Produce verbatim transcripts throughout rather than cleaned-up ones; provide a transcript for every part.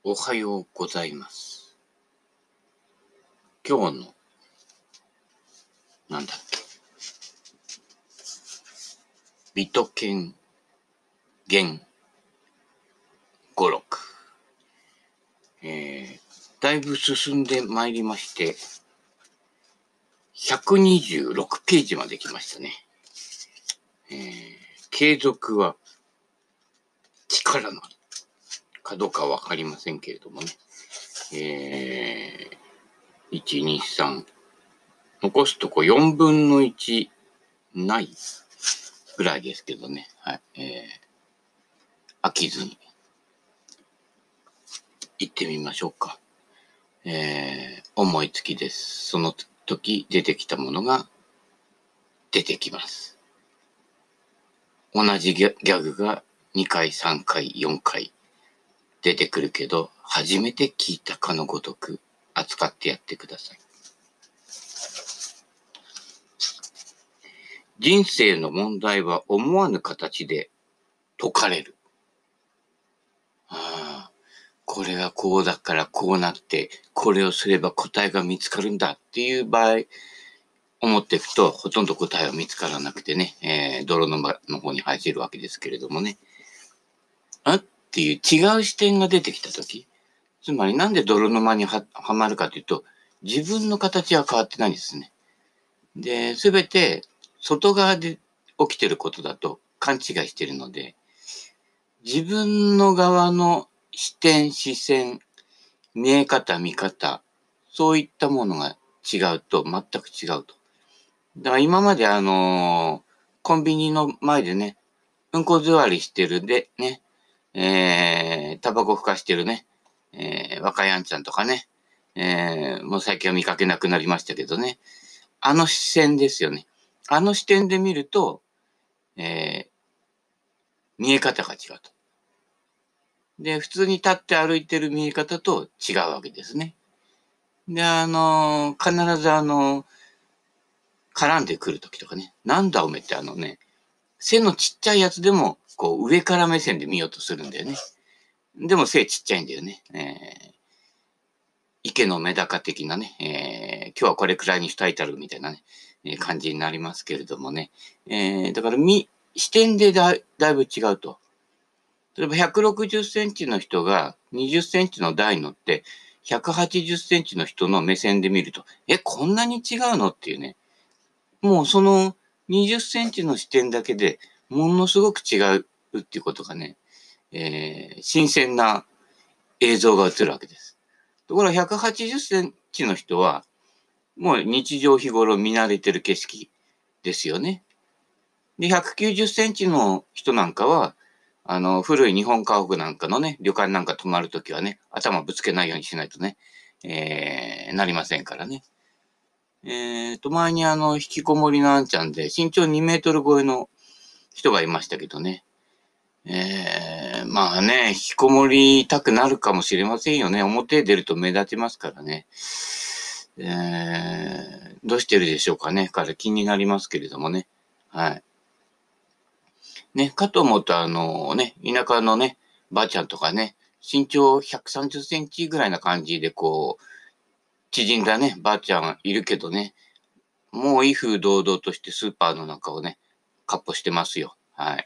おはようございます。今日の、なんだっけ、美と健言語録。えー、だいぶ進んでまいりまして、ひゃくにじゅうろくページまで来ましたね。えー、継続は力なりかどうかわかりませんけれどもね。えー、いち、に、さん。残すとこよんぶんのいちないぐらいですけどね。はい。えー、飽きずに行ってみましょうか。えー、思いつきです。その時出てきたものが出てきます。同じギャギャグがにかい、さんかい、よんかい出てくるけど、初めて聞いたかのごとく扱ってやってください。人生の問題は思わぬ形で解かれる。ああ、これがこうだからこうなって、これをすれば答えが見つかるんだっていう場合、思っていくと、ほとんど答えは見つからなくてね、えー、泥沼の方に入っているわけですけれどもね。あっていう違う視点が出てきたとき、つまりなんで泥沼にははまるかというと、自分の形は変わってないんですね。で、すべて外側で起きてることだと勘違いしているので、自分の側の視点、視線、見え方、見方、そういったものが違うと全く違うと。だから今まであのーコンビニの前でね、うんこ座りしてるでね、えー、タバコふかしてるね、えー、若いあんちゃんとかね、えー、もう最近は見かけなくなりましたけどね、あの視線ですよね。あの視点で見ると、えー、見え方が違うと。で、普通に立って歩いてる見え方と違うわけですね。で、あのー、必ずあのー、絡んでくるときとかね、なんだおめってあのね、背のちっちゃいやつでも、こう上から目線で見ようとするんだよね。でも背ちっちゃいんだよね。えー、池のメダカ的なね、えー、今日はこれくらいにしたいたるみたいなね、えー、感じになりますけれどもね。えー、だからみ、視点でだだいぶ違うと。例えばひゃくろくじゅっセンチの人がにじゅっセンチの台に乗って、ひゃくはちじゅっセンチの人の目線で見ると、え、こんなに違うのっていうね。もうそのにじゅっセンチの視点だけでものすごく違うっていうことがね、えー、新鮮な映像が映るわけです。ところがひゃくはちじゅっセンチの人は、もう日常日頃見慣れてる景色ですよね。で、ひゃくきゅうじゅっセンチの人なんかは、あの、古い日本家屋なんかのね、旅館なんか泊まるときはね、頭ぶつけないようにしないとね、えー、なりませんからね。えーと、前にあの、引きこもりのあんちゃんで、身長にメートル超えの人がいましたけどね。えー、まあね、引きこもりたくなるかもしれませんよね。表へ出ると目立ちますからね。えー、どうしてるでしょうかね。彼気になりますけれどもね。はい。ね、かと思うとあのね、田舎のね、ばあちゃんとかね、身長ひゃくさんじゅっセンチぐらいな感じでこう、縮んだね、ばあちゃんいるけどね、もう威風堂々としてスーパーの中をね、かっ歩してますよ。はい。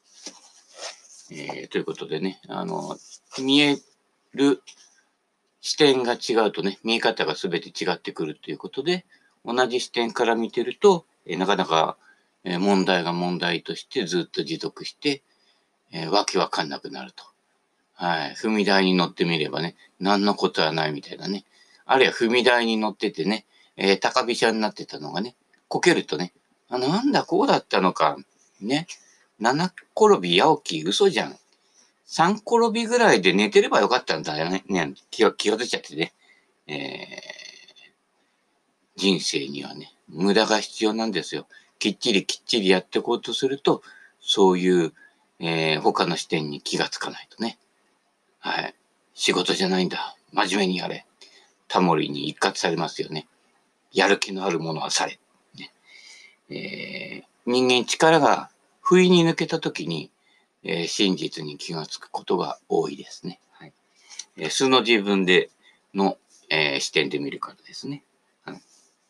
えー、ということでね、あの、見える視点が違うとね、見え方が全て違ってくるということで、同じ視点から見てると、えーなかなか、えー問題が問題としてずっと持続して、えーわけわかんなくなると。はい。踏み台に乗ってみればね、何のことはないみたいなね。あるいは踏み台に乗っててね、えー高飛車になってたのがね、こけるとね、あ、なんだ、こうだったのか。ね。七転び八起き嘘じゃん。三転びぐらいで寝てればよかったんだよね。ね気が、気がついちゃってね。えー、人生にはね、無駄が必要なんですよ。きっちりきっちりやっていこうとすると、そういう、えー、他の視点に気がつかないとね。はい。仕事じゃないんだ。真面目にやれ。タモリに一括されますよね。やる気のあるものはされ。ねえー、人間力が不意に抜けたときに、えー、真実に気がつくことが多いですね。はい。 えー、素の自分での、えー、視点で見るからですね。はい、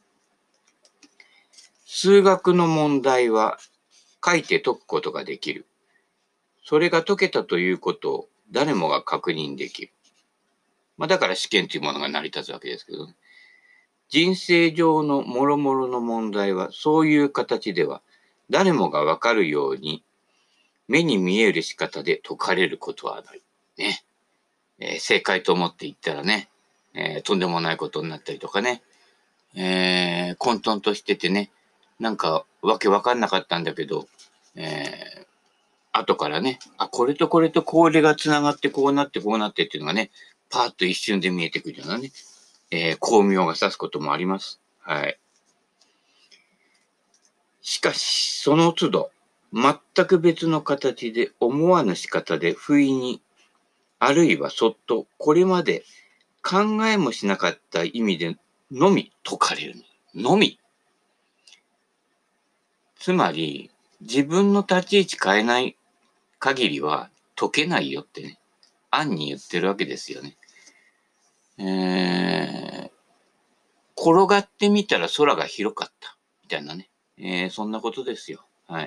数学の問題は書いて解くことができる。それが解けたということを誰もが確認できる。まあ、だから試験というものが成り立つわけですけどね。人生上の諸々の問題はそういう形では誰もがわかるように目に見える仕方で解かれることはない。ね。えー、正解と思っていったらね、えー、とんでもないことになったりとかね、えー、混沌としててね、なんかわけわかんなかったんだけど、えー、後からね、あ、これとこれとこれがつながってこうなってこうなってっていうのがね、パーッと一瞬で見えてくるようなね、えー、巧妙が指すこともあります。はい。しかし、その都度、全く別の形で思わぬ仕方で不意に、あるいはそっとこれまで考えもしなかった意味でのみ解かれるのみ。つまり、自分の立ち位置変えない限りは解けないよってね、暗に言ってるわけですよね。えー、転がってみたら空が広かった。みたいなね。えー、そんなことですよ。はい。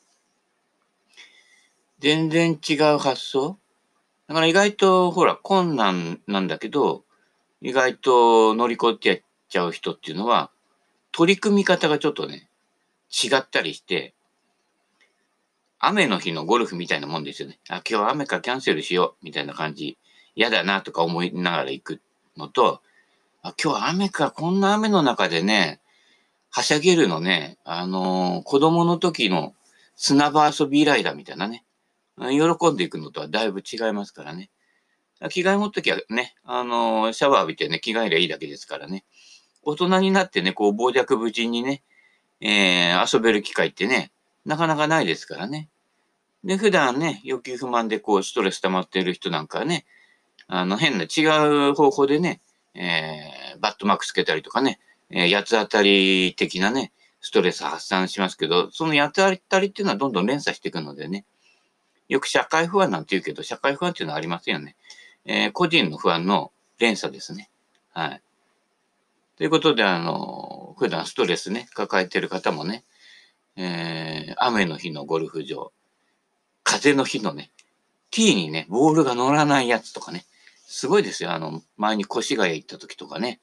全然違う発想。だから意外と、ほら、困難なんだけど、意外と乗り越えてやっちゃう人っていうのは、取り組み方がちょっとね、違ったりして、雨の日のゴルフみたいなもんですよね。あ、今日雨かキャンセルしよう、みたいな感じ。嫌だなとか思いながら行くのと、あ、今日雨か、こんな雨の中でね、はしゃげるのね、あのー子供の時の砂場遊び以来だみたいなね。喜んでいくのとはだいぶ違いますからね。着替え持っときゃね、あのーシャワー浴びてね、着替えりゃいいだけですからね。大人になってね、こう、傍若無人にね、えー、遊べる機会ってね、なかなかないですからね。で、普段ね、欲求不満でこう、ストレス溜まっている人なんかはね、あの、変な違う方法でね、えー、バットマークつけたりとかね、えー、八つ当たり的なね、ストレス発散しますけど、その八つ当たりっていうのはどんどん連鎖していくのでね、よく社会不安なんて言うけど、社会不安っていうのはありませんよね。えー、個人の不安の連鎖ですね。はい。ということで、あの、普段ストレスね、抱えている方もね、えー、雨の日のゴルフ場、風の日のね、ティーにね、ボールが乗らないやつとかね、すごいですよ。あの、前に越谷行った時とかね、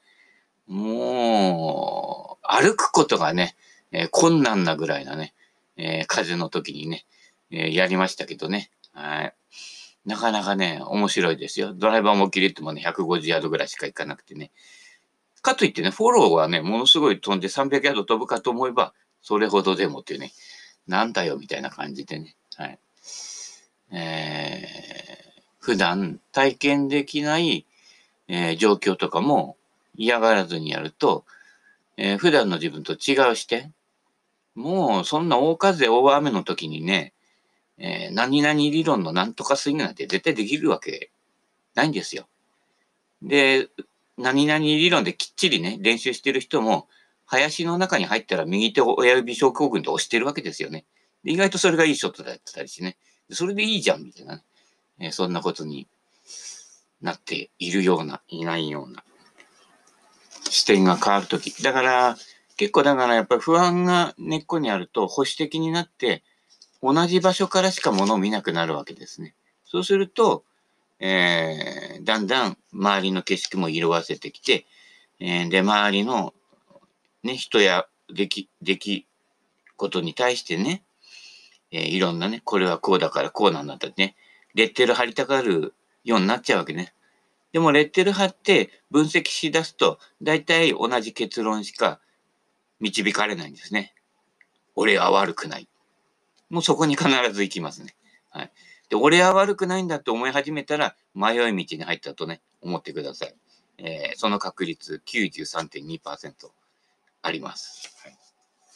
もう、歩くことがね、えー困難なぐらいなね、えー風の時にね、えーやりましたけどね。はい。なかなかね、面白いですよ。ドライバーも切れてもね、ひゃくごじゅうヤードぐらいしか行かなくてね。かといってね、フォローはね、ものすごい飛んでさんびゃくヤード飛ぶかと思えば、それほどでもっていうね、なんだよみたいな感じでね。はい。えー、普段体験できない、えー状況とかも嫌がらずにやると、えー普段の自分と違う視点。もうそんな大風大雨の時にね、えー何々理論のなんとかスイングなんて絶対できるわけないんですよ。で、何々理論できっちりね、練習してる人も、林の中に入ったら右手を親指症候群で押してるわけですよね。で意外とそれがいいショットだったりしてね。それでいいじゃん、みたいなね。えーそんなことになっているような、いないような視点が変わるとき。だから、結構だからやっぱり不安が根っこにあると保守的になって、同じ場所からしか物を見なくなるわけですね。そうすると、えー、だんだん周りの景色も色あせてきて、えー、で、周りの、ね、人や出来、出来事に対してね、えーいろんなね、これはこうだからこうなんだってね、レッテル貼りたがるようになっちゃうわけね。でもレッテル貼って分析しだすと、大体同じ結論しか導かれないんですね。俺は悪くない。もうそこに必ず行きますね。はい。で、俺は悪くないんだって思い始めたら、迷い道に入ったとね、思ってください。えーその確率 きゅうじゅうさんてんにパーセント あります。はい、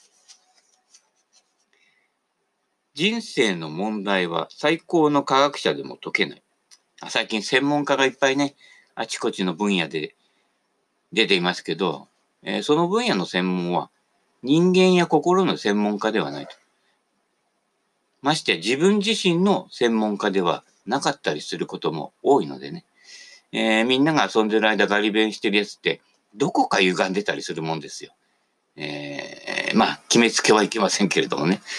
人生の問題は最高の科学者でも解けない。あ、最近専門家がいっぱいね、あちこちの分野で出ていますけど、えーその分野の専門は人間や心の専門家ではないと。まして自分自身の専門家ではなかったりすることも多いのでね。 えー、みんなが遊んでる間ガリ勉してるやつって、どこか歪んでたりするもんですよ。えー、まあ、決めつけはいけませんけれどもね。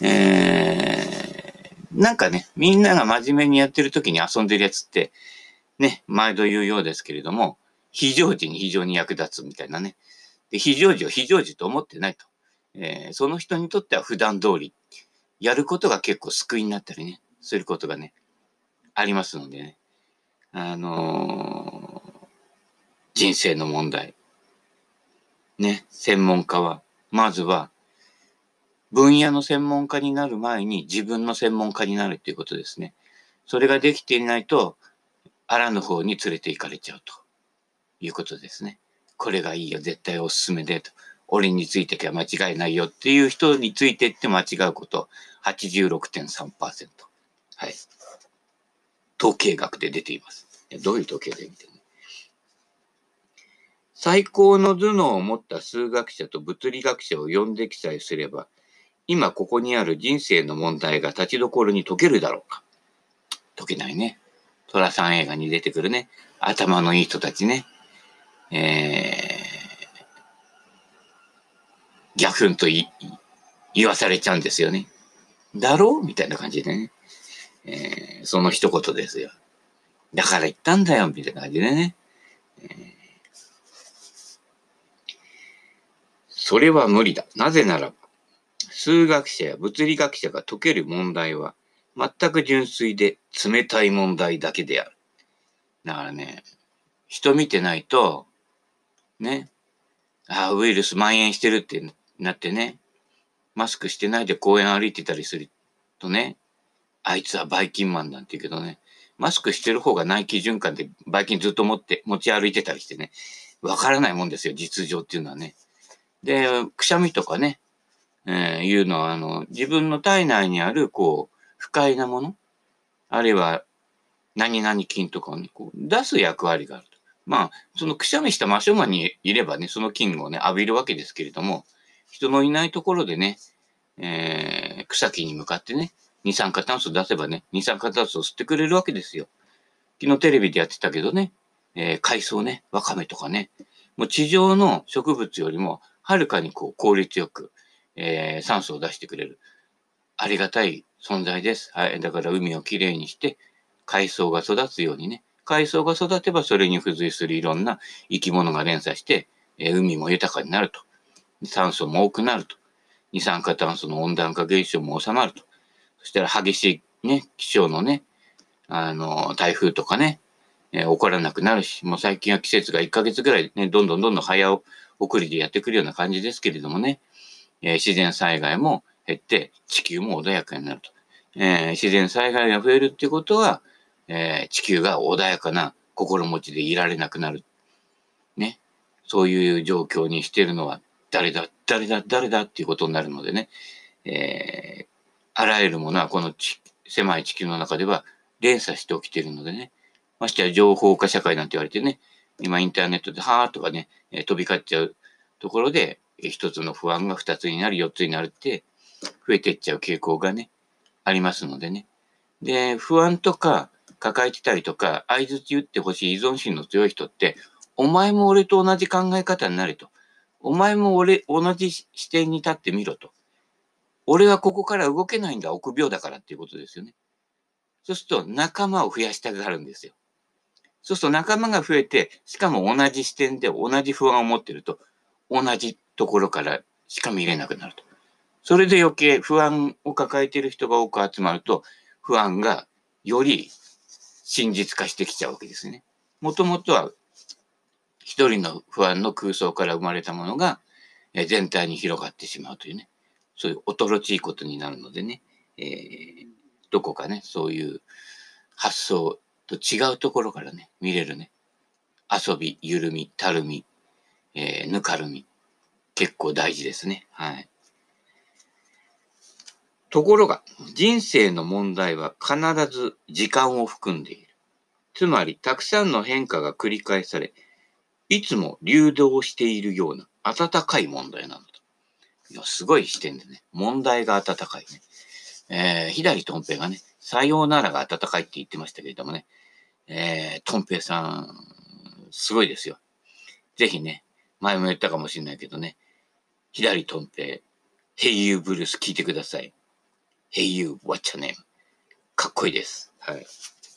えー、なんかね、みんなが真面目にやってる時に遊んでるやつって、ね、毎度言うようですけれども、非常時に非常に役立つみたいなね。で、非常時を非常時と思ってないと。えー、その人にとっては普段通り、やることが結構救いになったりね、することがね、ありますのでね。あのー、人生の問題。ね、専門家は、まずは、分野の専門家になる前に自分の専門家になるっていうことですね。それができていないと、あらぬ方に連れて行かれちゃうということですね。これがいいよ、絶対おすすめでと。俺についてきゃ間違いないよっていう人についてって間違うこと、はちじゅうろくてんさんパーセント。はい。統計学で出ています。どういう統計で見てるの？最高の頭脳を持った数学者と物理学者を呼んで記載すれば、今ここにある人生の問題が立ちどころに解けるだろうか。解けないね。寅さん映画に出てくるね。頭のいい人たちね。えー、ギャフンと言言わされちゃうんですよね。だろうみたいな感じでね。えー、その一言ですよ。だから言ったんだよみたいな感じでね。えー、それは無理だ。なぜならば、数学者や物理学者が解ける問題は、全く純粋で冷たい問題だけである。だからね、人見てないと、ね、ああ、ウイルス蔓延してるってなってね、マスクしてないで公園歩いてたりするとね、あいつはバイキンマンなんて言うけどね、マスクしてる方が内気循環でバイキンずっと持って、持ち歩いてたりしてね、わからないもんですよ、実情っていうのはね。で、くしゃみとかね、えー、いうのは、あの、自分の体内にある、こう、不快なもの、あるいは、何々菌とかをね、こう出す役割があると。まあ、そのくしゃみした真正面にいればね、その菌をね、浴びるわけですけれども、人のいないところでね、えー、草木に向かってね、二酸化炭素出せばね、二酸化炭素を吸ってくれるわけですよ。昨日テレビでやってたけどね、えー、海藻ね、ワカメとかね、もう地上の植物よりもはるかにこう効率よく、えー、酸素を出してくれる。ありがたい存在です。はい。だから海をきれいにして、海藻が育つようにね。海藻が育てばそれに付随するいろんな生き物が連鎖して、えー、海も豊かになると。酸素も多くなると。二酸化炭素の温暖化現象も収まると。そしたら激しいね、気象のね、あの、台風とかね、えー起こらなくなるし、もう最近は季節がいっかげつぐらいね、どんどんどんどん早送りでやってくるような感じですけれどもね、えー自然災害も減って地球も穏やかになると。えー自然災害が増えるっていうことは、えー地球が穏やかな心持ちでいられなくなる。ね。そういう状況にしてるのは誰だ、誰だ、誰だっていうことになるのでね、えーあらゆるものはこのち狭い地球の中では連鎖して起きているのでね、ましてや情報化社会なんて言われてね、今インターネットではーとかね、えー飛び交っちゃうところで、えー一つの不安が二つになる、四つになるって増えていっちゃう傾向がね、ありますのでね。で、不安とか抱えてたりとか、相槌打ってほしい依存心の強い人って、お前も俺と同じ考え方になれと。お前も俺、同じ視点に立ってみろと。俺はここから動けないんだ、臆病だからっていうことですよね。そうすると仲間を増やしたがるんですよ。そうすると仲間が増えて、しかも同じ視点で同じ不安を持っていると、同じところからしか見れなくなると。それで余計不安を抱えている人が多く集まると、不安がより真実化してきちゃうわけですね。もともとは一人の不安の空想から生まれたものが全体に広がってしまうというね、そういう恐ろしいことになるのでね、えー、どこかね、そういう発想と違うところからね、見れるね、遊び、緩み、たるみ、えー、ぬかるみ、結構大事ですね。はい。ところが、人生の問題は必ず時間を含んでいる。つまり、たくさんの変化が繰り返され、いつも流動しているような温かい問題なのだ。いや、すごい視点でね、問題が温かいね。えー、左とん平がね、さようならが温かいって言ってましたけれどもね、 えー、とんぺいさん、すごいですよ。ぜひね、前も言ったかもしれないけどね、左とんぺい、Hey You ブルース聞いてください。Hey You, what's your name? かっこいいです。はい。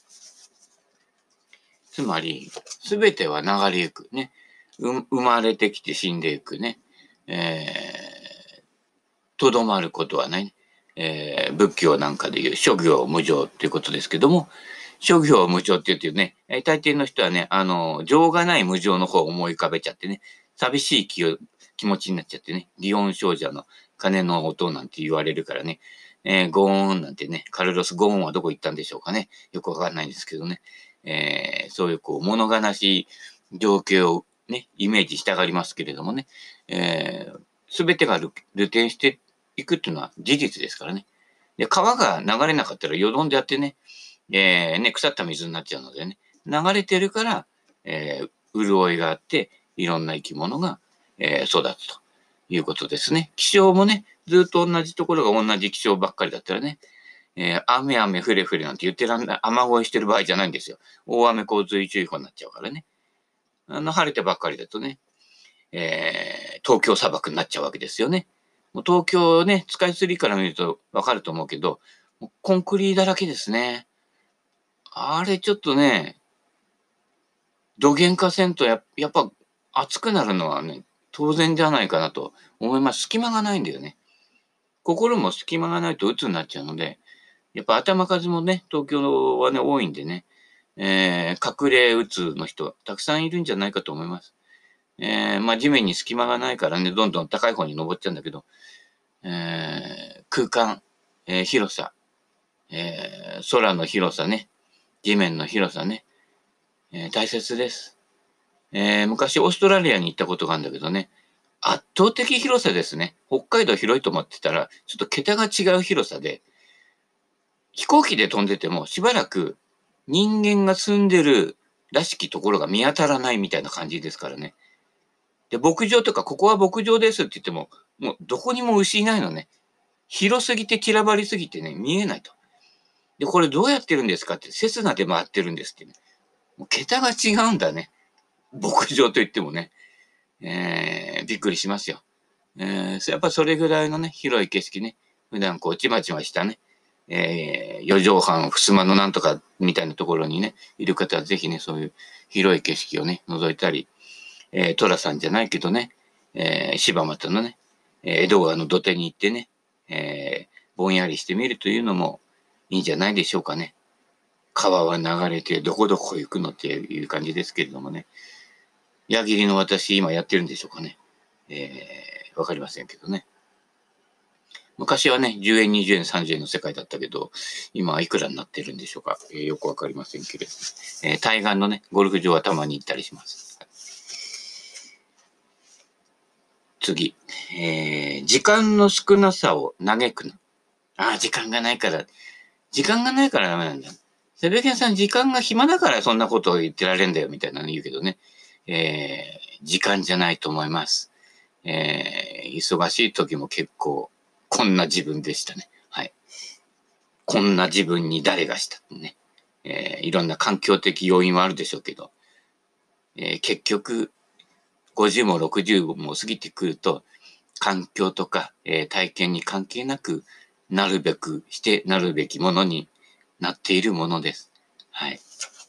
つまり、すべては流れゆくね。う生まれてきて死んでいくね。えー、とどまることはない。えー、仏教なんかでいう諸行無常っていうことですけども、諸行無常って言ってね、大抵の人はね、あの、情がない無常の方を思い浮かべちゃってね、寂しい気を気持ちになっちゃってね、祇園精舎の鐘の音なんて言われるからね、えー、ゴーンなんてね、カルロス・ゴーンはどこ行ったんでしょうかね。よくわかんないんですけどね。えー、そういうこう、物悲しい情景をね、イメージしたがりますけれどもね、えー、すべてが流転していくっていうのは事実ですからね。で、川が流れなかったらよどんでやってね、えー、ね、腐った水になっちゃうのでね、流れてるから、えー、潤いがあって、いろんな生き物が、えー、育つということですね。気象もね、ずっと同じところが同じ気象ばっかりだったらね、えー、雨雨降れ降れなんて言ってらんない、雨乞いしてる場合じゃないんですよ。大雨洪水注意報になっちゃうからね。あの、晴れてばっかりだとね、えー、東京砂漠になっちゃうわけですよね。もう東京ね、スカイツリーから見るとわかると思うけど、もうコンクリだらけですね。あれちょっとね、土幻化せんとややっぱ暑くなるのはね、当然じゃないかなと思います。隙間がないんだよね。心も隙間がないと鬱になっちゃうので、やっぱ頭数もね、東京はね、多いんでね、えー、隠れ鬱の人、たくさんいるんじゃないかと思います。えー、まあ地面に隙間がないからね、どんどん高い方に登っちゃうんだけど、えー、空間、えー、広さ、えー、空の広さね、地面の広さね、えー、大切です。えー、昔オーストラリアに行ったことがあるんだけどね、圧倒的広さですね。北海道広いと思ってたら、ちょっと桁が違う広さで、飛行機で飛んでてもしばらく人間が住んでるらしきところが見当たらないみたいな感じですからね。で、牧場とか、ここは牧場ですって言っても、もうどこにも牛いないのね。広すぎて散らばりすぎてね、見えないと。で、これどうやってるんですかって、セスナで回ってるんですってね。もう桁が違うんだね。牧場といってもね。えー、びっくりしますよ。えー、やっぱそれぐらいのね、広い景色ね。普段こう、ちまちましたね。えー、四畳半、襖のなんとかみたいなところにね、いる方はぜひね、そういう広い景色をね、覗いたり、えー、寅さんじゃないけどね、えー、柴又のね、えー江戸川の土手に行ってね、えー、ぼんやりしてみるというのもいいんじゃないでしょうかね。川は流れてどこどこ行くのっていう感じですけれどもね。矢切の私今やってるんでしょうかね。えー、わかりませんけどね。昔はね、じゅうえん、にじゅうえん、さんじゅうえんの世界だったけど、今はいくらになってるんでしょうか。えー、よくわかりませんけれど、えー、対岸のね、ゴルフ場はたまに行ったりします。次。えー、時間の少なさを嘆くな。ああ、時間がないから。時間がないからダメなんだ。セベケンさん、時間が暇だからそんなことを言ってられんだよ、みたいなの言うけどね。えー、時間じゃないと思います。えー、忙しい時も結構、こんな自分でしたね。はい。こんな自分に誰がしたね。えー、いろんな環境的要因はあるでしょうけど、えー、結局、ごじゅうもろくじゅうも過ぎてくると、環境とか、えー、体験に関係なくなるべくしてなるべきものになっているものです。はい。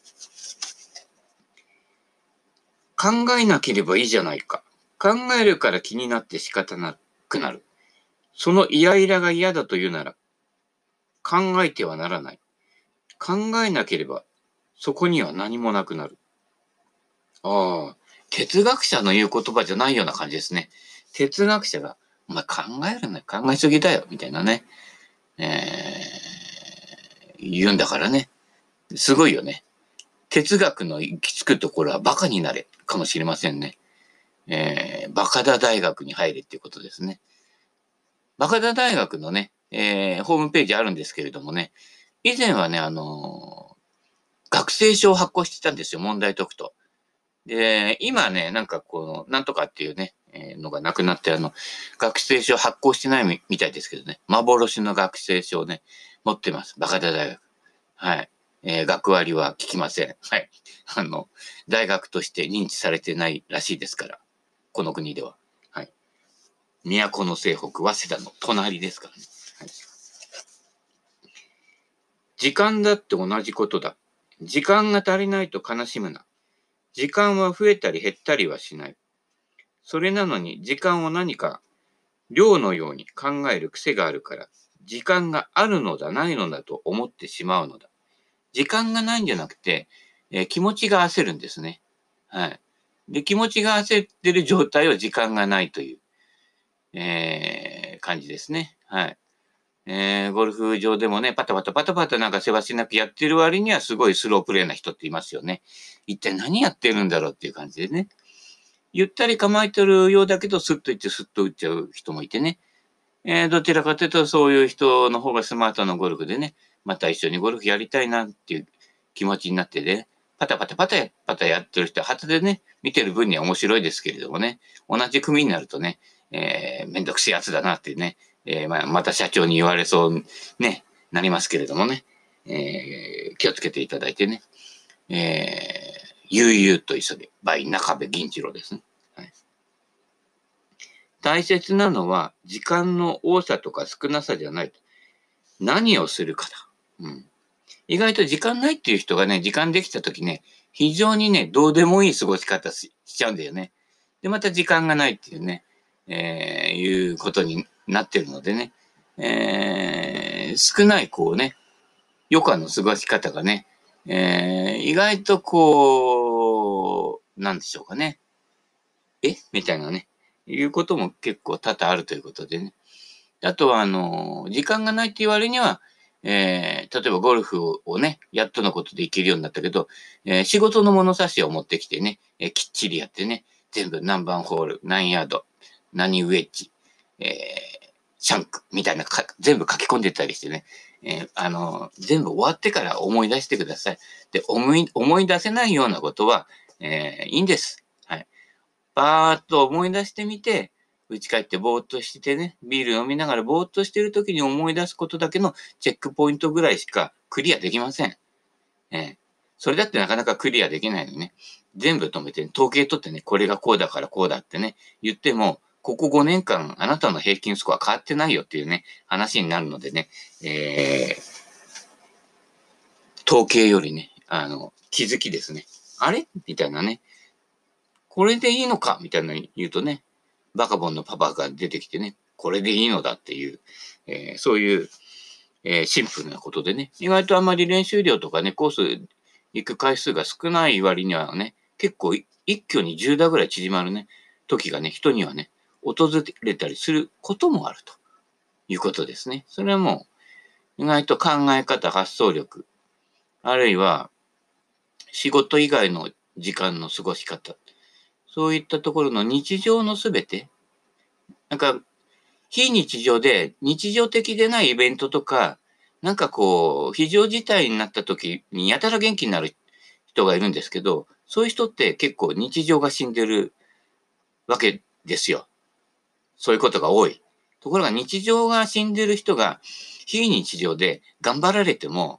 考えなければいいじゃないか。考えるから気になって仕方なくなる。そのイライラが嫌だというなら、考えてはならない。考えなければ、そこには何もなくなる。ああ、哲学者の言う言葉じゃないような感じですね。哲学者が、お前考えるな、考えすぎだよ、みたいなね。えー、言うんだからね。すごいよね。哲学の行き着くところはバカになれかもしれませんね。えー、バカダ大学に入れっていうことですね。バカダ大学のね、えー、ホームページあるんですけれどもね、以前はね、あのー学生証を発行してたんですよ、問題解くと。で、今ね、なんかこう、なんとかっていうね、えーのがなくなって、あの、学生証発行してないみみたいですけどね、幻の学生証をね、持ってます。バカダ大学。はい。 えー、学割は効きません。はい。あの、大学として認知されてないらしいですから。この国では。はい。都の西北、早稲田の隣ですからね。はい、時間だって同じことだ。時間が足りないと悲しむな。時間は増えたり減ったりはしない。それなのに時間を何か量のように考える癖があるから、時間があるのだないのだと思ってしまうのだ。時間がないんじゃなくて、えー気持ちが焦るんですね。はい。で、気持ちが焦ってる状態を時間がないという、えー感じですね。はい。えーゴルフ場でもね、パタパタパタパタなんかせわしなくやってる割にはすごいスロープレーな人っていますよね。一体何やってるんだろうっていう感じでね。ゆったり構えてるようだけど、スッと行ってスッと打っちゃう人もいてね。えーどちらかというと、そういう人の方がスマートなゴルフでね、また一緒にゴルフやりたいなっていう気持ちになってね、パタパタパタパタやってる人は、初でね、見てる分には面白いですけれどもね、同じ組になるとね、えー、めんどくせえやつだなってね、えーまあ、また社長に言われそうね、なりますけれどもね、えー気をつけていただいてね、えー、悠々と急げ、by 中部銀次郎ですね。はい、大切なのは時間の多さとか少なさじゃない。何をするかだ。うん。意外と時間ないっていう人がね、時間できた時ね、非常にね、どうでもいい過ごし方ししちゃうんだよね。で、また時間がないっていうね、えーいうことになってるのでね、えー少ないこうね、余暇の過ごし方がね、えー意外とこう、なんでしょうかね。えみたいなね、いうことも結構多々あるということでね。あとは、あの、時間がないって言われには、えー例えばゴルフをね、やっとのことで行けるようになったけど、えー仕事の物差しを持ってきてね、えーきっちりやってね、全部何番ホール、何ヤード、何ウェッジ、えーシャンクみたいなか全部書き込んでたりしてね、えーあの、全部終わってから思い出してください。で、思い、思い出せないようなことは、えーいいんです。はい。バーっと思い出してみて、家帰ってぼーっとしてね、ビール飲みながらぼーっとしてる時に思い出すことだけのチェックポイントぐらいしかクリアできません。ええ。それだってなかなかクリアできないのにね、全部止めて、統計取ってね、これがこうだからこうだってね、言っても、ここごねんかんあなたの平均スコア変わってないよっていうね、話になるのでね、えー、統計よりね、あの、気づきですね。あれみたいなね。これでいいのかみたいなの言うとね、バカボンのパパが出てきてね、これでいいのだっていう、えーそういう、えーシンプルなことでね、意外とあんまり練習量とかね、コース行く回数が少ない割にはね、結構い一挙にじゅう打ぐらい縮まるね、時がね、人にはね、訪れたりすることもあるということですね。それはもう、意外と考え方、発想力、あるいは仕事以外の時間の過ごし方、そういったところの日常のすべて、なんか非日常で、日常的でないイベントとか、なんかこう、非常事態になった時にやたら元気になる人がいるんですけど、そういう人って結構日常が死んでるわけですよ。そういうことが多い。ところが日常が死んでる人が非日常で頑張られても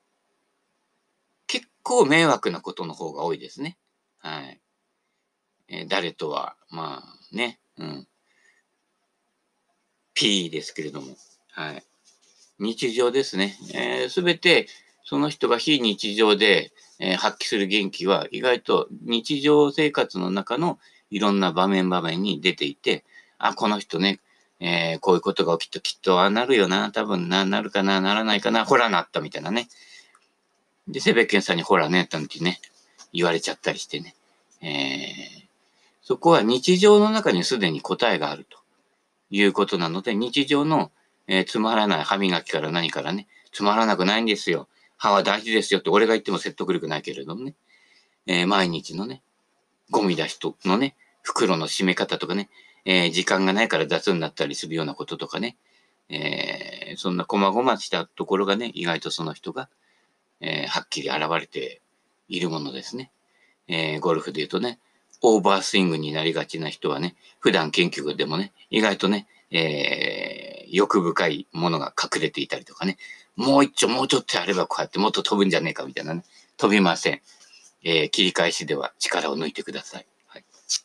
結構迷惑なことの方が多いですね。はい。えー誰とは、まあね、うん、P ですけれども。はい。日常ですね。す、えー、べ、てその人が非日常で、えー発揮する元気は意外と日常生活の中のいろんな場面場面に出ていて、あ、この人ね、えーこういうことが起きるときっとああなるよな、多分な、なるかな、ならないかな、ほらなったみたいなね。で、セベケンさんにほらね、なんてね、言われちゃったりしてね。えーそこは日常の中にすでに答えがあるということなので、日常の、えーつまらない歯磨きから何からね、つまらなくないんですよ。歯は大事ですよって俺が言っても説得力ないけれどもね。えー毎日のね、ゴミ出しとのね、袋の締め方とかね、えー時間がないから雑になったりするようなこととかね、えーそんな細々したところがね、意外とその人が、えーはっきり現れているものですね。えーゴルフで言うとね、オーバースイングになりがちな人はね、普段研究でもね、意外とね、えー欲深いものが隠れていたりとかね。もう一丁、もうちょっとやればこうやってもっと飛ぶんじゃねえかみたいなね。飛びません。えー、切り返しでは力を抜いてください。はい、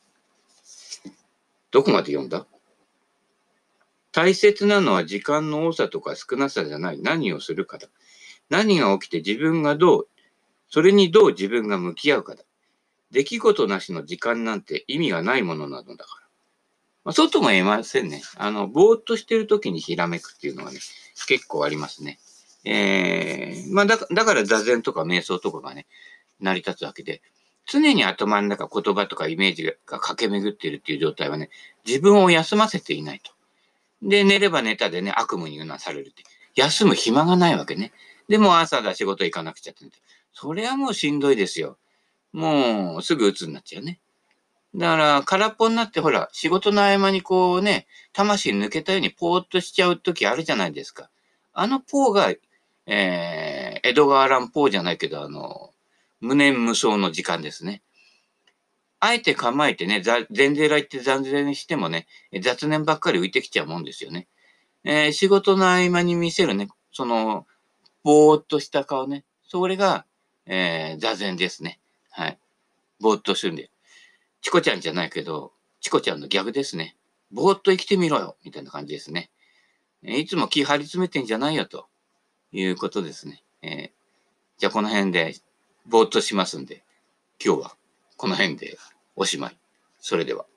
どこまで読んだ？大切なのは時間の多さとか少なさじゃない。何をするかだ。何が起きて自分がどう、それにどう自分が向き合うかだ。出来事なしの時間なんて意味がないものなのだから。まあ、そうとも言えませんね。あの、ぼーっとしてる時にひらめくっていうのはね、結構ありますね。えー、まあだ、だから座禅とか瞑想とかがね、成り立つわけで、常に頭の中言葉とかイメージが駆け巡っているっていう状態はね、自分を休ませていないと。で、寝れば寝たでね、悪夢にうなされるって。休む暇がないわけね。でも朝だ仕事行かなくちゃって。それはもうしんどいですよ。もうすぐ鬱になっちゃうね。だから、空っぽになって、ほら、仕事の合間にこうね、魂抜けたようにポーっとしちゃう時あるじゃないですか。あのポーが、えー、江戸川乱ポーじゃないけど、あの、無念無想の時間ですね。あえて構えてね、ざ禅寺行って残念にしてもね、雑念ばっかり浮いてきちゃうもんですよね。えー、仕事の合間に見せるね、その、ぼーっとした顔ね。それが、えー、座禅ですね。はい。ぼーっとするんで。チコちゃんじゃないけど、チコちゃんの逆ですね。ぼーっと生きてみろよみたいな感じですね。いつも気張り詰めてんじゃないよということですね。えー、じゃあこの辺でぼーっとしますんで、今日はこの辺でおしまい。それでは。